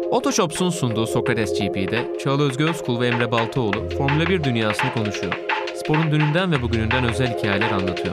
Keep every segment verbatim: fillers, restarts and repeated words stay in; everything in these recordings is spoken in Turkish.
Otoshops'un sunduğu Sokrates G P'de Çağla Özge Özkul ve Emre Baltaoğlu Formula bir dünyasını konuşuyor. Sporun dününden ve bugününden özel hikayeler anlatıyor.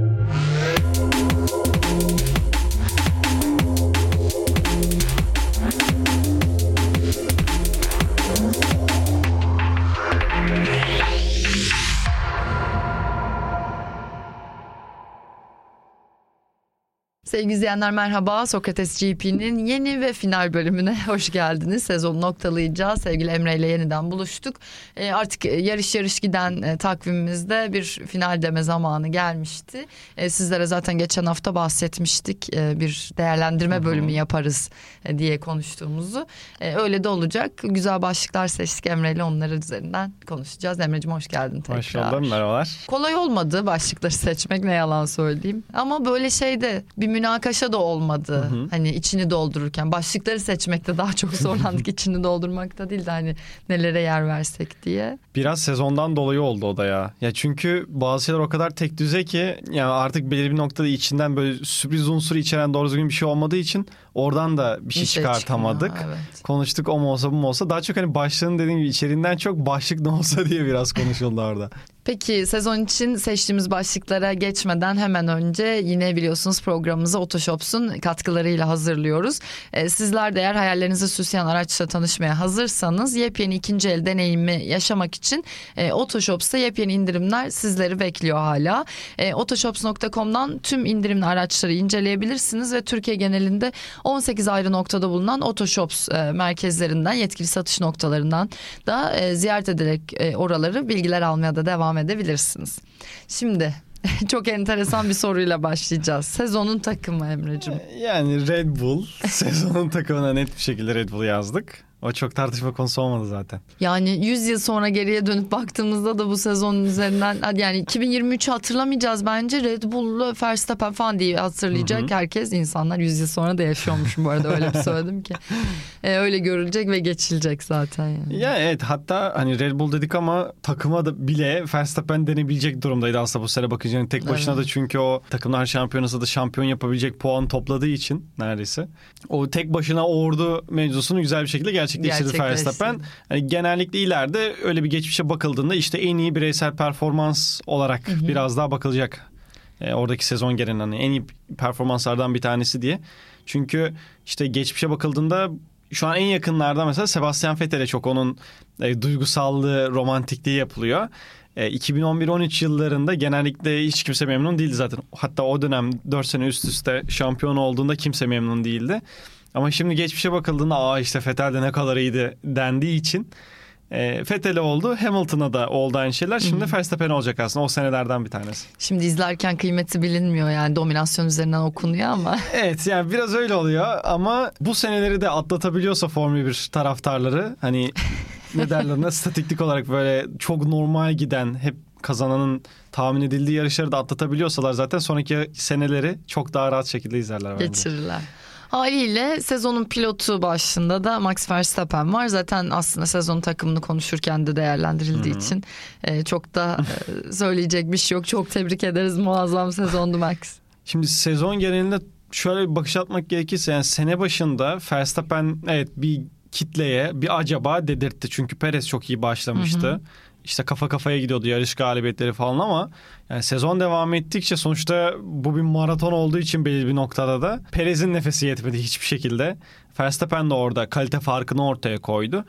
Sevgili izleyenler merhaba. Sokrates G P'nin yeni ve final bölümüne hoş geldiniz. Sezonu noktalayacağız. Sevgili Emre ile yeniden buluştuk. E, artık yarış yarış giden e, takvimimizde bir final deme zamanı gelmişti. E, sizlere zaten geçen hafta bahsetmiştik. E, bir değerlendirme Hı-hı. bölümü yaparız e, diye konuştuğumuzu. E, öyle de olacak. Güzel başlıklar seçtik Emre ile, onları üzerinden konuşacağız. Emre'cim hoş geldin tekrar. Hoş buldum, merhabalar. Kolay olmadı başlıkları seçmek, ne yalan söyleyeyim. Ama böyle şeyde bir münakaşa da olmadı. Hı hı. Hani içini doldururken başlıkları seçmekte daha çok zorlandık. İçini doldurmakta değil de hani nelere yer versek diye. Biraz sezondan dolayı oldu o da ya. Ya çünkü bazı şeyler o kadar tek düze ki yani artık belirli bir noktada içinden böyle sürpriz unsuru içeren doğru düzgün bir şey olmadığı için oradan da bir şey, bir şey çıkartamadık. Çıkmıyor, evet. Konuştuk, o mu olsa bu mu olsa. Daha çok hani başlığın dediğim gibi içeriğinden çok başlık ne olsa diye biraz konuşuldu orada. Peki sezon için seçtiğimiz başlıklara geçmeden hemen önce yine biliyorsunuz programımızı Otoshops'un katkılarıyla hazırlıyoruz. Ee, sizler de eğer hayallerinizi süsleyen araçla tanışmaya hazırsanız yepyeni ikinci el deneyimi yaşamak için e, Otoshops'ta yepyeni indirimler sizleri bekliyor hala. E, Otoshops nokta com'dan tüm indirimli araçları inceleyebilirsiniz ve Türkiye genelinde on sekiz ayrı noktada bulunan Otoshops e, merkezlerinden, yetkili satış noktalarından da e, ziyaret ederek e, oraları bilgiler almaya da devam edebilirsiniz. Şimdi çok enteresan bir soruyla başlayacağız. Sezonun takımı Emre'cim. Yani Red Bull. Sezonun takımına net bir şekilde Red Bull yazdık. O çok tartışma konusu olmadı zaten. Yani yüz yıl sonra geriye dönüp baktığımızda da bu sezonun üzerinden yani iki bin yirmi üçü hatırlamayacağız bence. Red Bull'lu Verstappen falan diye hatırlayacak. Hı hı. Herkes, insanlar yüz yıl sonra da yaşıyormuş bu arada, öyle bir söyledim ki. Ee, öyle görülecek ve geçilecek zaten. Yani. Ya evet, hatta hani Red Bull dedik ama takıma da bile Verstappen denebilecek durumdaydı aslında bu sene bakınca. Yani tek başına evet. da çünkü o takımlar şampiyonası da şampiyon yapabilecek puan topladığı için neredeyse. O tek başına ordu mevzusunu güzel bir şekilde gerçekleştirdi. Gerçekleştirdi Verstappen. Yani genellikle ileride öyle bir geçmişe bakıldığında işte en iyi bireysel performans olarak hı hı. biraz daha bakılacak. E, oradaki sezon gelen hani en iyi performanslardan bir tanesi diye. Çünkü işte geçmişe bakıldığında şu an en yakınlarda mesela Sebastian Vettel'e çok onun e, duygusallığı, romantikliği yapılıyor. E, iki bin on bir on üç yıllarında genellikle hiç kimse memnun değildi zaten. Hatta o dönem dört sene üst üste şampiyon olduğunda kimse memnun değildi. Ama şimdi geçmişe bakıldığında aa işte Vettel de ne kadar iyiydi dendiği için e, Vettel'e oldu. Hamilton'a da oldu aynı şeyler. Şimdi hmm. Verstappen olacak aslında, o senelerden bir tanesi. Şimdi izlerken kıymeti bilinmiyor yani, dominasyon üzerinden okunuyor ama. Evet yani biraz öyle oluyor ama bu seneleri de atlatabiliyorsa Formula bir taraftarları hani ne derler ne statiklik olarak böyle çok normal giden, hep kazananın tahmin edildiği yarışları da atlatabiliyorsalar zaten sonraki seneleri çok daha rahat şekilde izlerler. Bence. Geçirirler. Haliyle sezonun pilotu başında da Max Verstappen var. Zaten aslında sezon takımını konuşurken de değerlendirildiği Hı-hı. için e, çok da e, söyleyecek bir şey yok. Çok tebrik ederiz, muazzam sezondu Max. Şimdi sezon genelinde şöyle bir bakış atmak gerekirse yani sene başında Verstappen evet bir kitleye bir acaba dedirtti. Çünkü Perez çok iyi başlamıştı. Hı-hı. İşte kafa kafaya gidiyordu yarış galibiyetleri falan ama yani sezon devam ettikçe sonuçta bu bir maraton olduğu için belli bir noktada da Perez'in nefesi yetmedi hiçbir şekilde. Verstappen de orada kalite farkını ortaya koydu.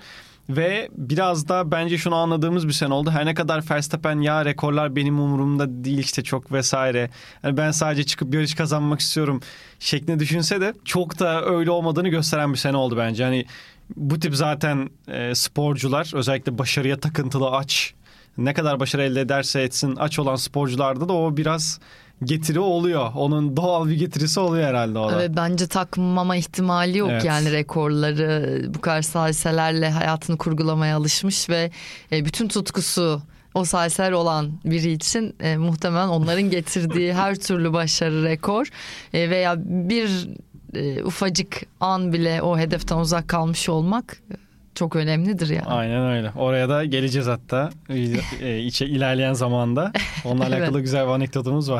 Ve biraz da bence şunu anladığımız bir sene oldu. Her ne kadar Verstappen ya rekorlar benim umurumda değil işte çok vesaire. Yani ben sadece çıkıp yarış kazanmak istiyorum şeklinde düşünse de çok da öyle olmadığını gösteren bir sene oldu bence. Yani bu tip zaten e, sporcular özellikle başarıya takıntılı, aç, ne kadar başarı elde ederse etsin aç olan sporcularda da o biraz getiri oluyor. Onun doğal bir getirisi oluyor herhalde o da. Evet, bence takmama ihtimali yok evet. Yani rekorları bu kadar salselerle hayatını kurgulamaya alışmış ve e, bütün tutkusu o salseler olan biri için e, muhtemelen onların getirdiği her türlü başarı, rekor e, veya bir e, ufacık an bile o hedeften uzak kalmış olmak çok önemlidir yani. Aynen öyle. Oraya da geleceğiz hatta e, içe ilerleyen zamanda. Onunla alakalı evet. güzel bir anekdotumuz var.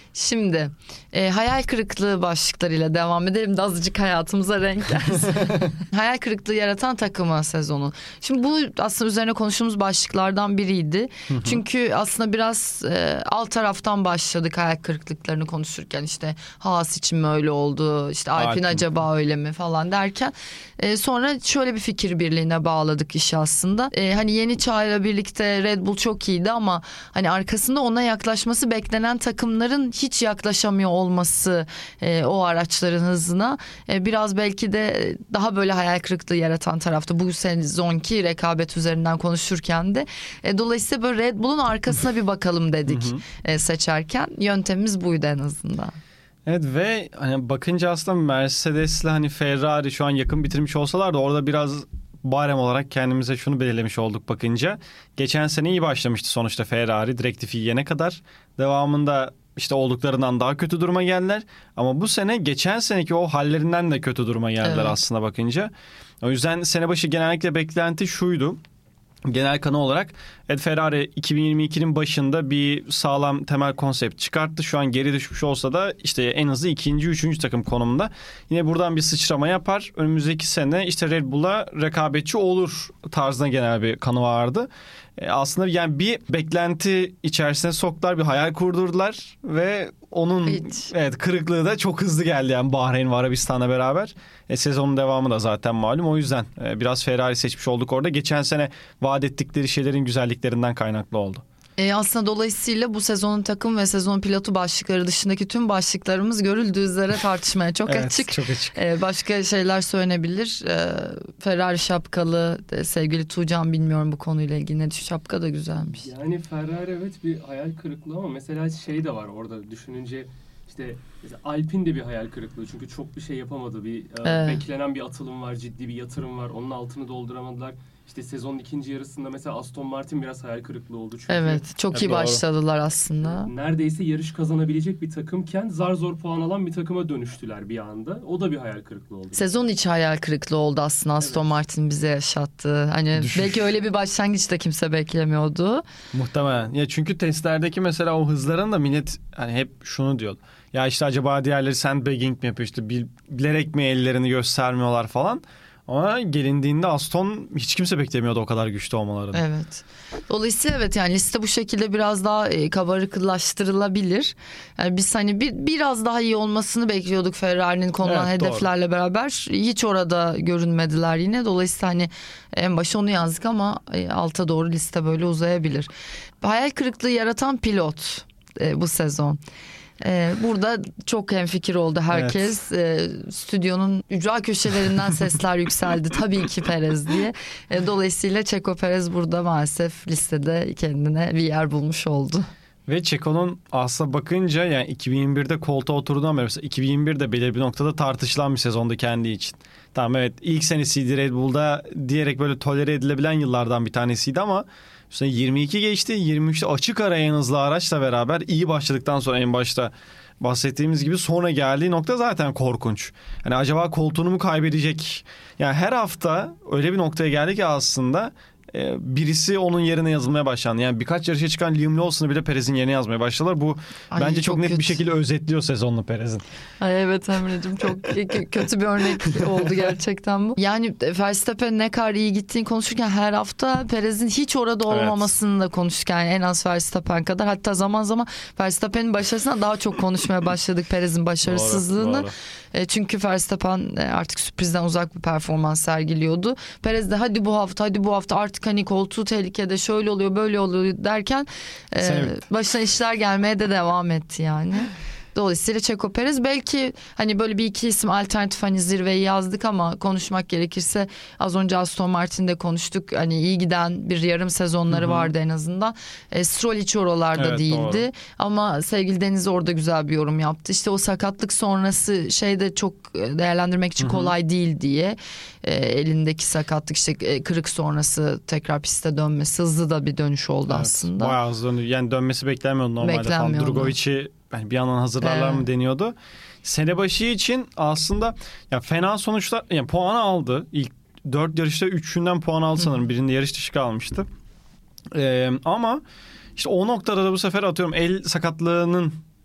Şimdi e, hayal kırıklığı başlıklarıyla devam edelim de azıcık hayatımıza renk gelsin. Hayal kırıklığı yaratan takımı sezonu. Şimdi bu aslında üzerine konuştuğumuz başlıklardan biriydi. Hı hı. Çünkü aslında biraz e, alt taraftan başladık hayal kırıklıklarını konuşurken, işte Haas için mi öyle oldu, işte Alpine acaba öyle mi falan derken e, sonra şöyle bir fikir birliğine bağladık işi aslında. E, hani yeni çağla birlikte Red Bull çok iyiydi ama hani arkasında ona yaklaşması beklenen takımların hiç yaklaşamıyor olması e, o araçların hızına e, biraz belki de daha böyle hayal kırıklığı yaratan tarafta bu sezonki rekabet üzerinden konuşurken de e, dolayısıyla böyle Red Bull'un arkasına bir bakalım dedik e, seçerken yöntemimiz buydu en azından. Evet ve hani bakınca aslında Mercedes'le hani Ferrari şu an yakın bitirmiş olsalar da orada biraz barem olarak kendimize şunu belirlemiş olduk bakınca. Geçen sene iyi başlamıştı sonuçta Ferrari direktifi yiyene kadar. Devamında işte olduklarından daha kötü duruma geldiler. Ama bu sene geçen seneki o hallerinden de kötü duruma geldiler evet. aslında bakınca. O yüzden sene başı genellikle beklenti şuydu. Genel kanı olarak evet, Ferrari iki bin yirmi ikinin başında bir sağlam temel konsept çıkarttı. Şu an geri düşmüş olsa da işte en hızlı ikinci, üçüncü takım konumunda. Yine buradan bir sıçrama yapar. Önümüzdeki sene işte Red Bull'a rekabetçi olur tarzına genel bir kanı vardı. Aslında yani bir beklenti içerisine soktular, bir hayal kurdurdular ve onun Hiç. evet kırıklığı da çok hızlı geldi yani Bahreyn ve Arabistan'la beraber. E, sezonun devamı da zaten malum, o yüzden e, biraz Ferrari seçmiş olduk orada. Geçen sene vaat ettikleri şeylerin güzelliklerinden kaynaklı oldu. E aslında dolayısıyla bu sezonun takım ve sezon pilotu başlıkları dışındaki tüm başlıklarımız görüldüğü üzere tartışmaya çok evet, açık. Çok açık. E, başka şeyler söylenebilir. E, Ferrari şapkalı e, sevgili Tuğcan, bilmiyorum bu konuyla ilgili ne düşün. Şapka da güzelmiş. Yani Ferrari evet bir hayal kırıklığı ama mesela şey de var orada düşününce. İşte Alpine de bir hayal kırıklığı çünkü çok bir şey yapamadı. Bir evet. beklenen bir atılım var, ciddi bir yatırım var. Onun altını dolduramadılar. İşte sezonun ikinci yarısında mesela Aston Martin biraz hayal kırıklığı oldu çünkü. Evet, çok iyi doğru. başladılar aslında. Neredeyse yarış kazanabilecek bir takımken zar zor puan alan bir takıma dönüştüler bir anda. O da bir hayal kırıklığı oldu. Sezon içi hayal kırıklığı oldu aslında Aston evet. Martin bize yaşattı. Hani Düşüş. belki öyle bir başlangıç da kimse beklemiyordu. Muhtemelen. Ya çünkü testlerdeki mesela o hızların da millet hani hep şunu diyordu. Ya işte acaba diğerleri sandbagging mi yapıyor, işte bilerek mi ellerini göstermiyorlar falan. Ama gelindiğinde Aston hiç kimse beklemiyordu o kadar güçlü olmalarını. Evet. Dolayısıyla evet yani liste bu şekilde biraz daha e, kabarıklaştırılabilir. Yani biz hani bir biraz daha iyi olmasını bekliyorduk Ferrari'nin konulan evet, hedeflerle doğru. beraber. Hiç orada görünmediler yine. Dolayısıyla hani en başa onu yazdık ama e, alta doğru liste böyle uzayabilir. Hayal kırıklığı yaratan pilot e, bu sezon. Ee, burada çok hemfikir oldu herkes. Evet. Ee, stüdyonun ücra köşelerinden sesler yükseldi. Tabii ki Perez diye. Ee, dolayısıyla Checo Perez burada maalesef listede kendine bir yer bulmuş oldu. Ve Checo'nun aslında bakınca yani iki bin yirmi birde koltuğa oturduğundan beri mesela iki bin yirmi birde belirli bir noktada tartışılan bir sezonda kendi için. Tamam evet ilk senesiydi Red Bull'da diyerek böyle tolere edilebilen yıllardan bir tanesiydi ama yirmi iki geçti. yirmi üçte açık ara en hızlı araçla beraber iyi başladıktan sonra en başta bahsettiğimiz gibi sonra geldiği nokta zaten korkunç. Hani acaba koltuğunu mu kaybedecek? Yani her hafta öyle bir noktaya geldi ki aslında birisi onun yerine yazılmaya başlandı. Yani birkaç yarışa çıkan Liam Lawson'ı bile Perez'in yerine yazmaya başladılar. Bu Ay, bence çok, çok net kötü. bir şekilde özetliyor sezonunu Perez'in. Ay evet Emre'cim çok kötü bir örnek oldu gerçekten bu. Yani Verstappen ne kadar iyi gittiğini konuşurken her hafta Perez'in hiç orada olmamasını evet. da konuştuk. Yani en az Verstappen kadar. Hatta zaman zaman Verstappen'in başarısına daha çok konuşmaya başladık Perez'in başarısızlığını. Doğru, doğru. Çünkü Verstappen artık sürprizden uzak bir performans sergiliyordu. Perez de hadi bu hafta hadi bu hafta artık hani koltuğu tehlikede şöyle oluyor böyle oluyor derken e, başına işler gelmeye de devam etti yani. Dolayısıyla Checo Perez belki hani böyle bir iki isim alternatif hani zirveyi yazdık ama konuşmak gerekirse az önce Aston Martin'de konuştuk. Hani iyi giden bir yarım sezonları Hı-hı. vardı en azından. E, Stroll hiç oralarda evet, değildi. Doğru. Ama sevgili Deniz orada güzel bir yorum yaptı. İşte o sakatlık sonrası şeyde çok değerlendirmek için Hı-hı. kolay değil diye. E, elindeki sakatlık işte e, kırık sonrası tekrar piste dönmesi hızlı da bir dönüş oldu evet, aslında. Bayağı hızlı döndü. Yani dönmesi beklenmiyordu normalde beklenmiyordu. falan. Drogovic'i yani bir yandan hazırlarlar evet. mı deniyordu. Sene başı için aslında ya fena sonuçlar yani puan aldı. İlk dört yarışta üçünden puan aldı sanırım. Hı. Birinde yarış dışı kalmıştı. Ee, ama işte o noktada da bu sefer atıyorum el sakatlığının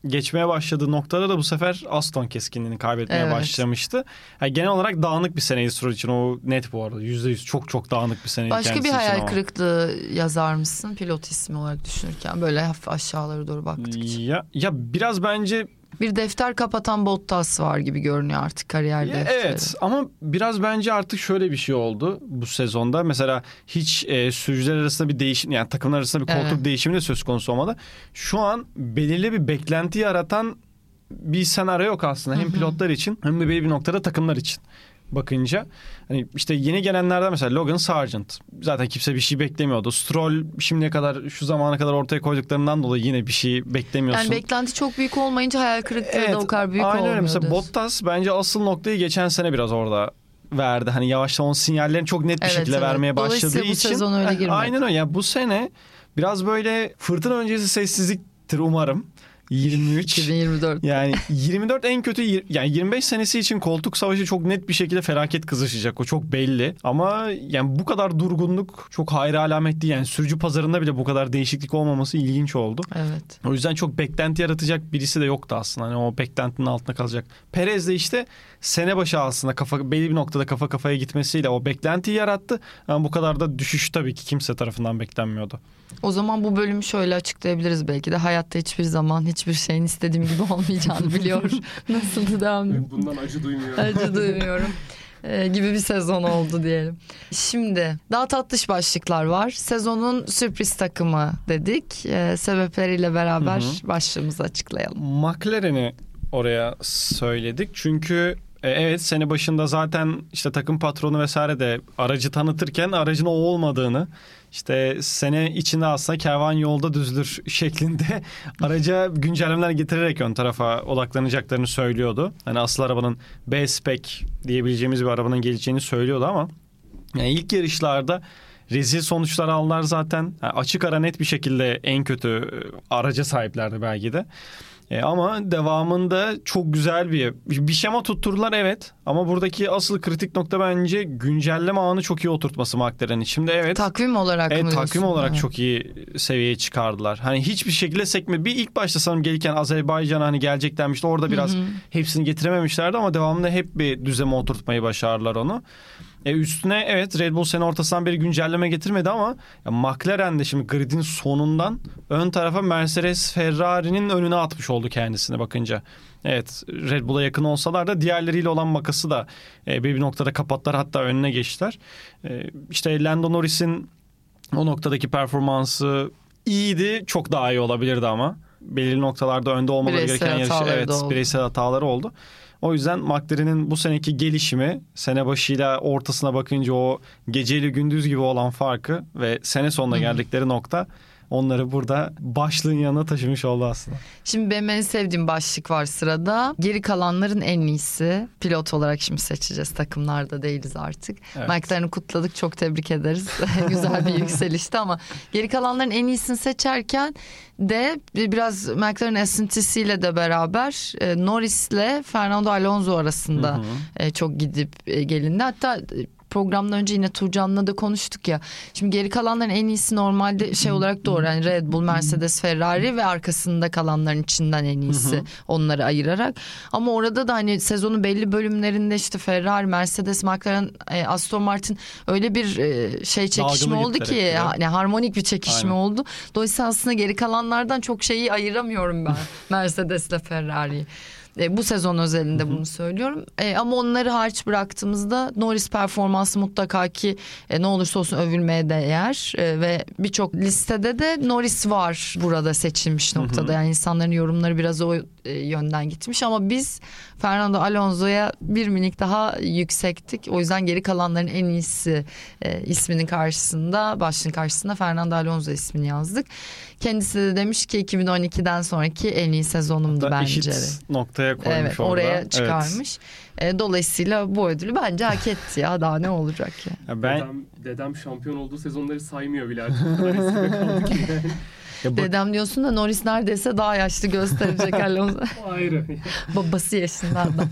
geçmeye başladığı noktada da bu sefer Aston keskinliğini kaybetmeye Evet. başlamıştı. Yani genel olarak dağınık bir seneydi Stroll için. O net bu arada. yüzde yüz çok çok dağınık bir seneydi Başka kendisi bir için hayal ama. kırıklığı yazar mısın pilot ismi olarak düşünürken böyle hafif aşağılara doğru baktıkça? Ya, ya biraz bence... Bir defter kapatan Bottas var gibi görünüyor artık kariyer Ya, defteri. evet ama biraz bence artık şöyle bir şey oldu bu sezonda. Mesela hiç e, sürücüler arasında bir değişim, yani takımlar arasında bir koltuk Evet. değişimi de söz konusu olmadı. Şu an belirli bir beklenti yaratan bir senaryo yok aslında. Hem pilotlar için hem de belli bir noktada takımlar için bakınca. Hani işte yeni gelenlerden mesela Logan Sargent. Zaten kimse bir şey beklemiyordu. Stroll şimdiye kadar, şu zamana kadar ortaya koyduklarından dolayı yine bir şey beklemiyorsun. Yani beklenti çok büyük olmayınca hayal kırıklığı da o kadar büyük aynen olmuyor. öyle. Mesela diyorsun. Bottas bence asıl noktayı geçen sene biraz orada verdi. Hani yavaştan onun sinyallerini çok net bir Evet, şekilde evet. vermeye başladığı Dolayısıyla bu için. sezon öyle girmedi. Aynen öyle. Yani bu sene biraz böyle fırtına öncesi sessizliktir umarım. yirmi üç iki bin yirmi dört Yani yirmi dört en kötü, yani yirmi beş senesi için koltuk savaşı çok net bir şekilde felaket kızışacak. O çok belli. Ama yani bu kadar durgunluk çok hayra alamet değil. Yani sürücü pazarında bile bu kadar değişiklik olmaması ilginç oldu. Evet. O yüzden çok beklenti yaratacak birisi de yoktu aslında. Hani o beklentinin altında kalacak. Perez de işte sene başı aslında kafa, belli bir noktada kafa kafaya gitmesiyle o beklentiyi yarattı. Ama bu kadar da düşüş tabii ki kimse tarafından beklenmiyordu. O zaman bu bölümü şöyle açıklayabiliriz belki de. Hayatta hiçbir zaman hiçbir şeyin istediğim gibi olmayacağını biliyor. Nasıldı devam ediyor? Bundan acı duymuyorum. Acı duymuyorum. Ee, gibi bir sezon oldu diyelim. Şimdi daha tatlış başlıklar var. Sezonun sürpriz takımı dedik. Ee, sebepleriyle beraber Hı hı. başlığımızı açıklayalım. McLaren'i oraya söyledik. Çünkü e, evet sene başında zaten işte takım patronu vesaire de aracı tanıtırken aracın o olmadığını, işte sene içinde aslında kervan yolda düzülür şeklinde araca güncellemeler getirerek ön tarafa odaklanacaklarını söylüyordu. Hani asıl arabanın B-Spec diyebileceğimiz bir arabanın geleceğini söylüyordu ama yani ilk yarışlarda rezil sonuçlar aldılar zaten. Yani açık ara net bir şekilde en kötü araca sahiplerdi belki de. E ama devamında çok güzel bir bir şema tutturdular evet. Ama buradaki asıl kritik nokta bence güncelleme anı çok iyi oturtması McLaren'in. Şimdi evet. Takvim olarak evet, mı diyorsun? takvim olarak Evet. çok iyi seviyeye çıkardılar. Hani hiçbir şekilde sekme. Bir ilk başta sanırım gelirken Azerbaycan'a hani geleceklermişti. Orada biraz Hı hı. hepsini getirememişlerdi ama devamında hep bir düzeme oturtmayı başardılar onu. E üstüne evet Red Bull sene ortasından beri güncelleme getirmedi ama ya McLaren de şimdi gridin sonundan ön tarafa Mercedes Ferrari'nin önüne atmış oldu kendisine bakınca. Evet Red Bull'a yakın olsalar da diğerleriyle olan makası da e, bir noktada kapattılar, hatta önüne geçtiler. E, işte Lando Norris'in o noktadaki performansı iyiydi, çok daha iyi olabilirdi ama belirli noktalarda önde olmaları Bireysel gereken yarış, hataları evet da oldu. bireysel hataları oldu. O yüzden McLaren'in bu seneki gelişimi sene başıyla ortasına bakınca o geceyle gündüz gibi olan farkı ve sene sonuna geldikleri nokta onları burada başlığın yanına taşımış oldu aslında. Şimdi benim en sevdiğim başlık var sırada. Geri kalanların en iyisi. Pilot olarak şimdi seçeceğiz. Takımlarda değiliz artık. Evet. McLaren'i kutladık. Çok tebrik ederiz. Güzel bir yükselişti ama geri kalanların en iyisini seçerken de biraz McLaren esintisiyle de beraber e, Norris'le Fernando Alonso arasında Hı hı. e, çok gidip e, gelindi. Hatta programdan önce yine Turcan'la da konuştuk ya. Şimdi geri kalanların en iyisi normalde şey olarak doğru. Yani Red Bull, Mercedes, Ferrari ve arkasında kalanların içinden en iyisi onları ayırarak. Ama orada da hani sezonun belli bölümlerinde işte Ferrari, Mercedes, McLaren, e, Aston Martin öyle bir e, şey çekişme Dalgalı oldu gittiler ki hep hani harmonik bir çekişme Aynen. oldu. Dolayısıyla aslında geri kalanlardan çok şeyi ayıramıyorum ben Mercedes'le Ferrari'yi. E, bu sezon özelinde Hı hı. bunu söylüyorum. E, ama onları hariç bıraktığımızda Norris performansı mutlaka ki e, ne olursa olsun övülmeye değer. E, ve birçok listede de Norris var burada seçilmiş noktada. Hı hı. Yani insanların yorumları biraz o e, yönden gitmiş ama biz Fernando Alonso'ya bir minik daha yüksektik. O yüzden geri kalanların en iyisi e, isminin karşısında, başlığın karşısında Fernando Alonso ismini yazdık. Kendisi de demiş ki iki bin on ikiden sonraki en iyi sezonumdu Hatta bence. eşit noktaya koymuş Evet, orada. oraya çıkarmış. E, dolayısıyla bu ödülü bence hak etti ya. Daha ne olacak ya. Ya ben Dedem, dedem şampiyon olduğu sezonları saymıyor bile artık. O kadar eskide kaldı ki yani. ya bak- Dedem diyorsun da Norris neredeyse daha yaşlı gösterecek Alonso. O ayrı. Babası yaşından da.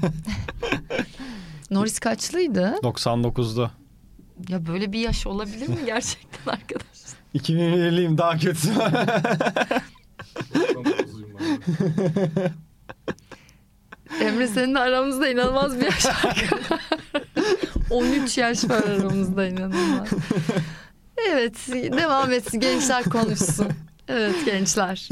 Norris kaçlıydı? doksan dokuzdu. Ya böyle bir yaş olabilir mi gerçekten arkadaş? iki bin birliyim daha kötü. Çok uzun var. Emre seninle aramızda inanılmaz bir yaş farkı var. on üç yaş var aramızda, inanılmaz. Evet, devam etsin, gençler konuşsun. Evet gençler.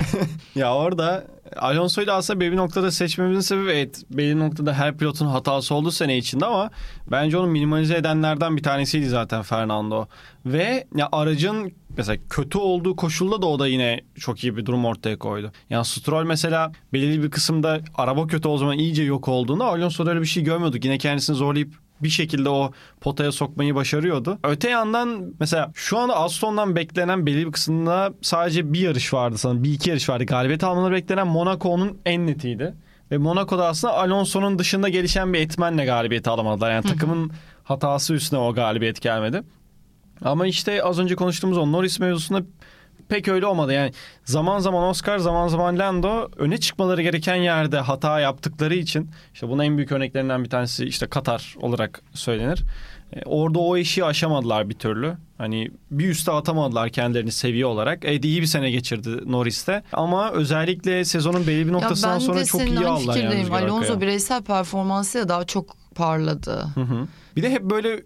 Ya orada Alonso'yu da aslında belli bir noktada seçmemizin sebebi, evet belli noktada her pilotun hatası oldu sene içinde ama bence onu minimalize edenlerden bir tanesiydi zaten Fernando. Ve ya aracın mesela kötü olduğu koşulda da o da yine çok iyi bir durum ortaya koydu. Yani Stroll mesela belirli bir kısımda araba kötü o zaman iyice yok olduğunda Alonso'da öyle bir şey görmüyorduk. Yine kendisini zorlayıp bir şekilde o potaya sokmayı başarıyordu. Öte yandan mesela şu anda Aston'dan beklenen belli bir kısımda sadece bir yarış vardı sanırım. Bir iki yarış vardı. Galibiyet almaları beklenen Monaco'nun en netiydi. Ve Monaco'da aslında Alonso'nun dışında gelişen bir etmenle galibiyeti alamadılar. Yani takımın hatası üstüne o galibiyet gelmedi. Ama işte az önce konuştuğumuz o Norris mevzusunda pek öyle olmadı. Yani zaman zaman Oscar, zaman zaman Lando öne çıkmaları gereken yerde hata yaptıkları için, işte bunun en büyük örneklerinden bir tanesi işte Katar olarak söylenir. E, orada o eşiği aşamadılar bir türlü. Hani bir üste atamadılar kendilerini seviye olarak. E, iyi bir sene geçirdi Norris'te. Ama özellikle sezonun belli bir noktasından sonra çok iyi aldılar. Ben de senin aynı Alonso bireysel performansıyla daha çok parladı. Hı hı. Bir de hep böyle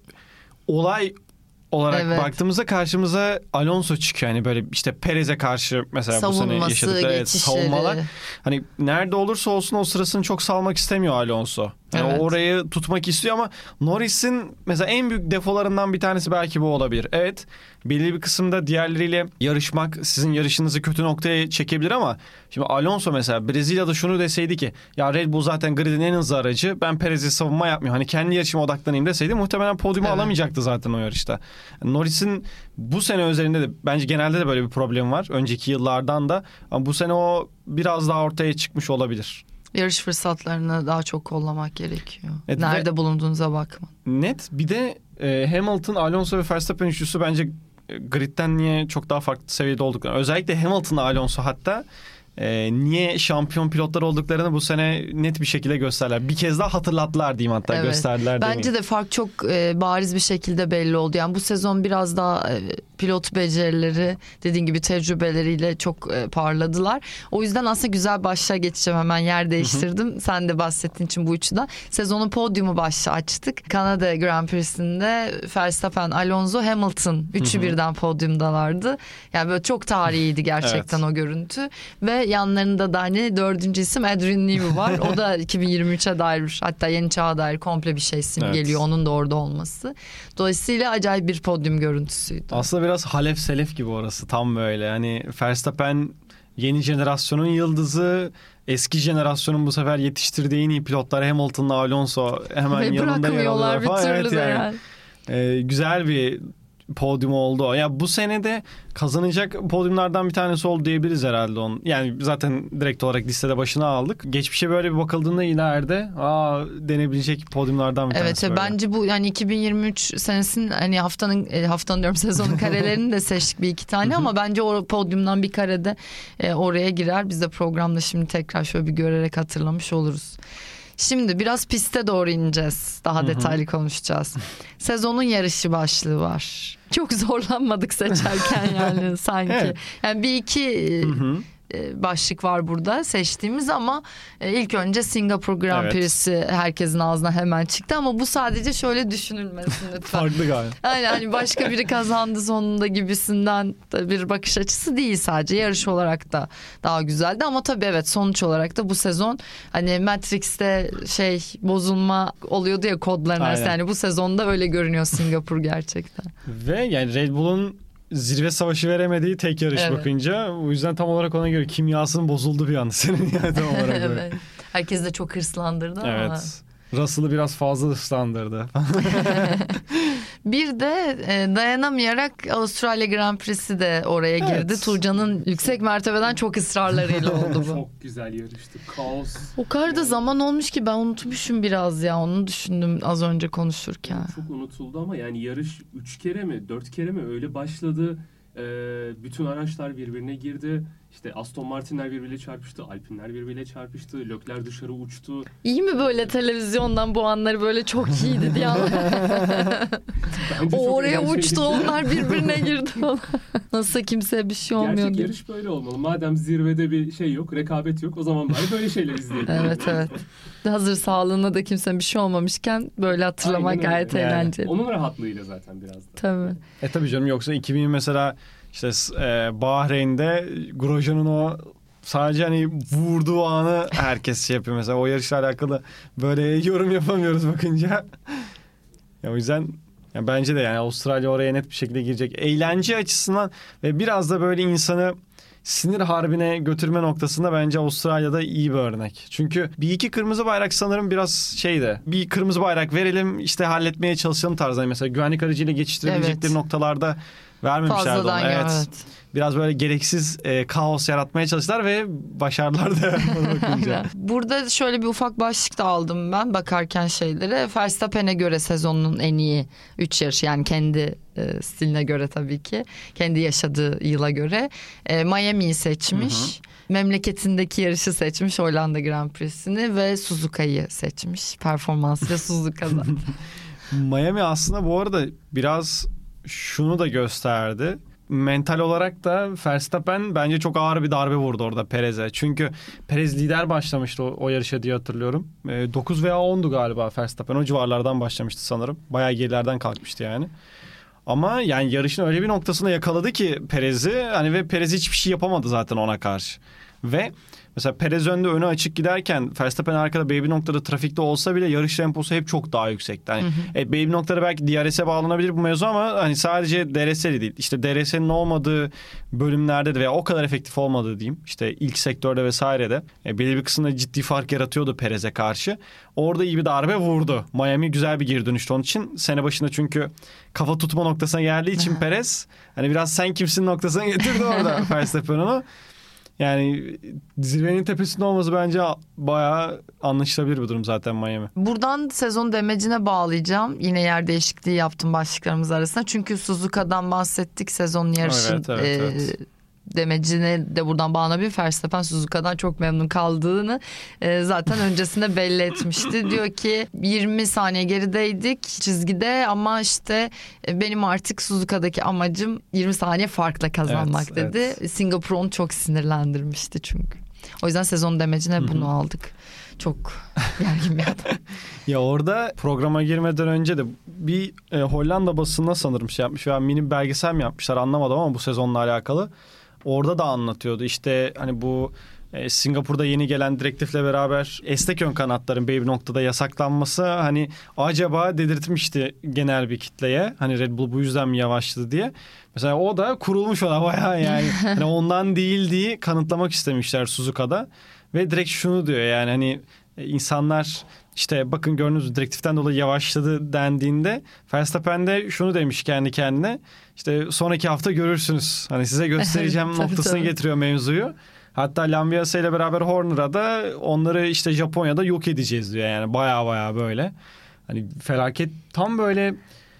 olay olarak evet. baktığımızda karşımıza Alonso çıkıyor. Yani böyle işte Perez'e karşı mesela savunması, bu sene yaşadıkları evet, savunmalar. Hani nerede olursa olsun o sırasını çok salmak istemiyor Alonso. Yani evet. orayı tutmak istiyor ama Norris'in mesela en büyük defolarından bir tanesi belki bu olabilir. Evet, belli bir kısımda diğerleriyle yarışmak sizin yarışınızı kötü noktaya çekebilir ama şimdi Alonso mesela Brezilya'da şunu deseydi ki ya Red Bull zaten gridin en hızlı aracı, ben Perez'e savunma yapmıyorum, hani kendi yarışıma odaklanayım deseydi muhtemelen podyumu evet. alamayacaktı zaten o yarışta. Norris'in bu sene özelinde de bence genelde de böyle bir problem var. Önceki yıllardan da ama bu sene o biraz daha ortaya çıkmış olabilir. Yarış fırsatlarını daha çok kollamak gerekiyor. Evet, nerede bulunduğunuza bakma. Net. Bir de e, Hamilton, Alonso ve Verstappen üçlüsü bence e, gridden niye çok daha farklı seviyede olduklarını. Özellikle Hamilton'la Alonso hatta e, niye şampiyon pilotlar olduklarını bu sene net bir şekilde gösterdiler. Bir kez daha hatırlattılar diyeyim, hatta evet. gösterdiler demeyeyim. Bence de fark çok e, bariz bir şekilde belli oldu. Yani bu sezon biraz daha e, pilot becerileri, dediğin gibi tecrübeleriyle çok e, parladılar. O yüzden aslında güzel başlığa geçeceğim. Hemen yer değiştirdim. Hı hı. Sen de bahsettiğin için bu üçünden. Sezonun podyumu başlığı açtık. Kanada Grand Prix'sinde Verstappen, Alonso, Hamilton üçü hı hı. birden podyumdalardı. Yani böyle çok tarihiydi gerçekten evet. o görüntü. Ve yanlarında da hani dördüncü isim Adrian Newey var. O da iki bin yirmi üçe dair, hatta yeni çağa dair komple bir şey sim evet. geliyor. Onun da orada olması. Dolayısıyla acayip bir podyum görüntüsüydü. Aslında biraz Halef Selef gibi orası, tam böyle. Hani Verstappen yeni jenerasyonun yıldızı, eski jenerasyonun bu sefer yetiştirdiği en iyi pilotlar Hamilton'la Alonso hemen Ve yanında yer alıyorlar bir türlü evet, de yani. yani. Ee, güzel bir podyum oldu. Ya bu sene de kazanacak podyumlardan bir tanesi oldu diyebiliriz herhalde onun. Yani zaten direkt olarak listede başına aldık. Geçmişe böyle bir bakıldığında ileride aa denebilecek podyumlardan bir evet, tanesi. Evet bence bu yani iki bin yirmi üç senesinin hani haftanın haftanın diyorum sezonun karelerini de seçtik bir iki tane ama bence o podyumdan bir karede e, oraya girer. Biz de programda şimdi tekrar şöyle bir görerek hatırlamış oluruz. Şimdi biraz piste doğru ineceğiz. Daha detaylı konuşacağız. Sezonun yarışı başlığı var. Çok zorlanmadık seçerken yani sanki. Evet. Yani bir iki hı-hı. başlık var burada seçtiğimiz ama ilk önce Singapur Grand evet. Prix'si herkesin ağzına hemen çıktı ama bu sadece şöyle düşünülmesin lütfen. Farklı galiba. Yani hani başka biri kazandı sonunda gibisinden bir bakış açısı değil, sadece yarış olarak da daha güzeldi ama tabii evet sonuç olarak da bu sezon hani Matrix'te şey bozulma oluyordu ya kodların arasında, yani bu sezonda öyle görünüyor Singapur gerçekten. Ve yani Red Bull'un zirve savaşı veremediği tek yarış evet. bakınca, o yüzden tam olarak ona göre kimyasının bozuldu bir anda senin yani tam olarak evet. Herkes de çok hırslandırdı ama. Evet. Russell'ı biraz fazla hırslandırdı. Bir de e, dayanamayarak Avustralya Grand Prix'si de oraya girdi. Evet. Tuğcan'ın yüksek mertebeden çok ısrarlarıyla oldu bu. Çok güzel yarıştı. Kaos. O kadar da zaman olmuş ki ben unutmuşum biraz ya. Onu düşündüm az önce konuşurken. Çok unutuldu ama yani yarış üç kere mi dört kere mi öyle başladı. Ee, bütün araçlar birbirine girdi. İşte Aston Martin'ler birbiriyle çarpıştı, Alpine'ler birbiriyle çarpıştı, Leclerc dışarı uçtu. İyi mi böyle televizyondan bu anları böyle çok iyiydi diye Bence O çok oraya eğlenceli. uçtu, onlar birbirine girdi falan. Nasıl kimseye bir şey olmuyor Gerçek gibi. yarış böyle olmalı. Madem zirvede bir şey yok, rekabet yok, o zaman bari böyle şeyler izleyelim. Evet evet. Hazır sağlığına da kimsenin bir şey olmamışken böyle hatırlamak Aynen öyle. gayet Yani. eğlenceli. Onun rahatlığıyla zaten biraz da. Tabii. E tabii canım, yoksa iki bin mesela işte e, Bahreyn'de Grosjean'ın o sadece hani vurduğu anı herkes şey yapıyor mesela. O yarışla alakalı böyle yorum yapamıyoruz bakınca. Ya o yüzden ya bence de yani Avustralya oraya net bir şekilde girecek. Eğlence açısından ve biraz da böyle insanı sinir harbine götürme noktasında bence Avustralya'da iyi bir örnek. Çünkü bir iki kırmızı bayrak sanırım biraz şeydi. Bir kırmızı bayrak verelim, işte halletmeye çalışalım tarzında. Mesela güvenlik aracıyla geçiştirebilecekleri Evet. noktalarda vermemişlerdi Fazladan onu. ya, Evet. evet. Biraz böyle gereksiz e, kaos yaratmaya çalıştılar ve başardılar da ona bakınca. Burada şöyle bir ufak başlık da aldım ben bakarken şeylere. Verstappen'e göre sezonun en iyi üç yarışı, yani kendi e, stiline göre tabii ki. Kendi yaşadığı yıla göre. E, Miami'yi seçmiş. Hı hı. Memleketindeki yarışı seçmiş, Hollanda Grand Prix'sini, ve Suzuka'yı seçmiş. Performansıyla Suzuka zaten. Miami aslında bu arada biraz şunu da gösterdi. Mental olarak da Verstappen bence çok ağır bir darbe vurdu orada Perez'e. Çünkü Perez lider başlamıştı o, o yarışa diye hatırlıyorum. E, dokuz veya ondu galiba Verstappen. O civarlardan başlamıştı sanırım. Bayağı gerilerden kalkmıştı yani. Ama yani yarışın öyle bir noktasına yakaladı ki Perez'i, hani ve Perez hiçbir şey yapamadı zaten ona karşı. Ve mesela Perez önde, önü açık giderken Verstappen arkada belli bir noktada trafikte olsa bile yarış temposu hep çok daha yüksekti. Hani e, belli bir noktada belki D R S'e bağlanabilir bu mevzu ama hani sadece D R S'li değil. İşte D R S'nin olmadığı bölümlerde de veya o kadar efektif olmadığı diyeyim. İşte ilk sektörde vesairede e, belli bir kısımda ciddi fark yaratıyordu Perez'e karşı. Orada iyi bir darbe vurdu. Miami güzel bir geri dönüştü onun için. Sene başında çünkü kafa tutma noktasına geldiği için Perez hani biraz sen kimsin noktasına getirdi orada Verstappen onu. Yani zirvenin tepesinde olması bence bayağı anlaşılabilir bir durum zaten Miami. Buradan sezon demecine bağlayacağım. Yine yer değişikliği yaptım başlıklarımız arasında. Çünkü Suzuka'dan bahsettik, sezon yarışın Evet, evet, e, evet. demecine de buradan bağlanabilir. Verstappen Suzuka'dan çok memnun kaldığını e, zaten öncesinde belli etmişti. Diyor ki yirmi saniye gerideydik çizgide ama işte e, benim artık Suzuka'daki amacım yirmi saniye farkla kazanmak Evet, dedi. evet. Singapur onu çok sinirlendirmişti çünkü. O yüzden sezon demecine bunu aldık. Çok gergin bir adam. Ya orada programa girmeden önce de bir e, Hollanda basınına sanırım şey yapmış veya mini belgesel mi yapmışlar anlamadım ama bu sezonla alakalı. Orada da anlatıyordu işte hani bu e, Singapur'da yeni gelen direktifle beraber esnek ön kanatların belli bir noktada yasaklanması hani acaba dedirtmişti genel bir kitleye. Hani Red Bull bu yüzden mi yavaşladı diye. Mesela o da kurulmuş ona bayağı yani hani ondan değildiği kanıtlamak istemişler Suzuka'da. Ve direkt şunu diyor yani hani insanlar işte bakın gördüğünüz direktiften dolayı yavaşladı dendiğinde Verstappen de şunu demiş kendi kendine, işte sonraki hafta görürsünüz hani size göstereceğim Tabii, noktasına tabii. getiriyor mevzuyu. Hatta Lambiase ile beraber Horner'a da onları işte Japonya'da yok edeceğiz diyor yani baya baya böyle. Hani felaket tam böyle